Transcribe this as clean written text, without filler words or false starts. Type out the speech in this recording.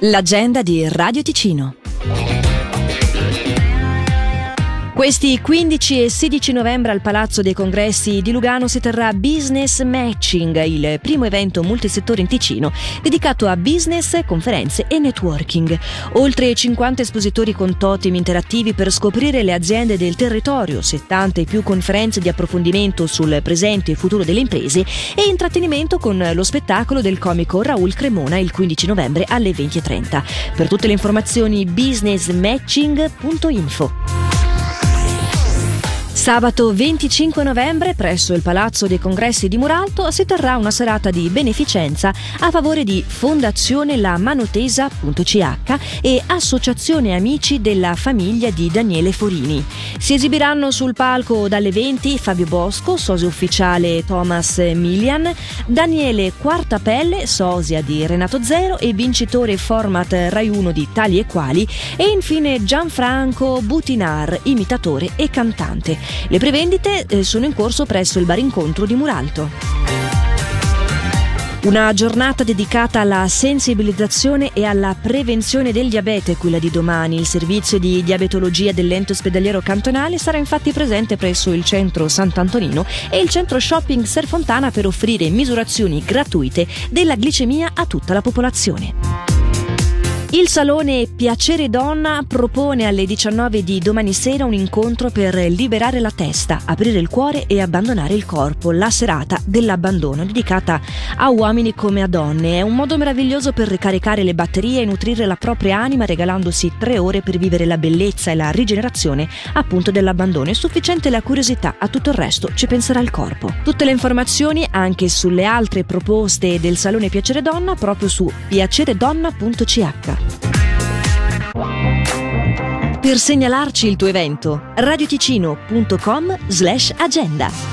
L'agenda di Radio Ticino. Questi 15 e 16 novembre al Palazzo dei Congressi di Lugano si terrà Business Matching, il primo evento multisettore in Ticino dedicato a business, conferenze e networking. Oltre 50 espositori con totem interattivi per scoprire le aziende del territorio, 70 e più conferenze di approfondimento sul presente e futuro delle imprese e intrattenimento con lo spettacolo del comico Raul Cremona il 15 novembre alle 20:30. Per tutte le informazioni businessmatching.info. Sabato 25 novembre presso il Palazzo dei Congressi di Muralto si terrà una serata di beneficenza a favore di Fondazione La Manotesa.ch e Associazione Amici della Famiglia di Daniele Forini. Si esibiranno sul palco dalle 20 Fabio Bosco, sosia ufficiale Thomas Milian, Daniele Quartapelle, sosia di Renato Zero e vincitore format Rai 1 di Tali e Quali, e infine Gianfranco Butinar, imitatore e cantante. Le prevendite sono in corso presso il Bar Incontro di Muralto. Una giornata dedicata alla sensibilizzazione e alla prevenzione del diabete, quella di domani. Il servizio di diabetologia dell'ente ospedaliero cantonale sarà infatti presente presso il centro Sant'Antonino e il centro shopping Serfontana per offrire misurazioni gratuite della glicemia a tutta la popolazione. Il Salone Piacere Donna propone alle 19 di domani sera un incontro per liberare la testa, aprire il cuore e abbandonare il corpo, la serata dell'abbandono dedicata a uomini come a donne. È un modo meraviglioso per ricaricare le batterie e nutrire la propria anima regalandosi 3 ore per vivere la bellezza e la rigenerazione appunto dell'abbandono. È sufficiente la curiosità, a tutto il resto ci penserà il corpo. Tutte le informazioni anche sulle altre proposte del Salone Piacere Donna proprio su piaceredonna.ch. Per segnalarci il tuo evento, radioticino.com/agenda.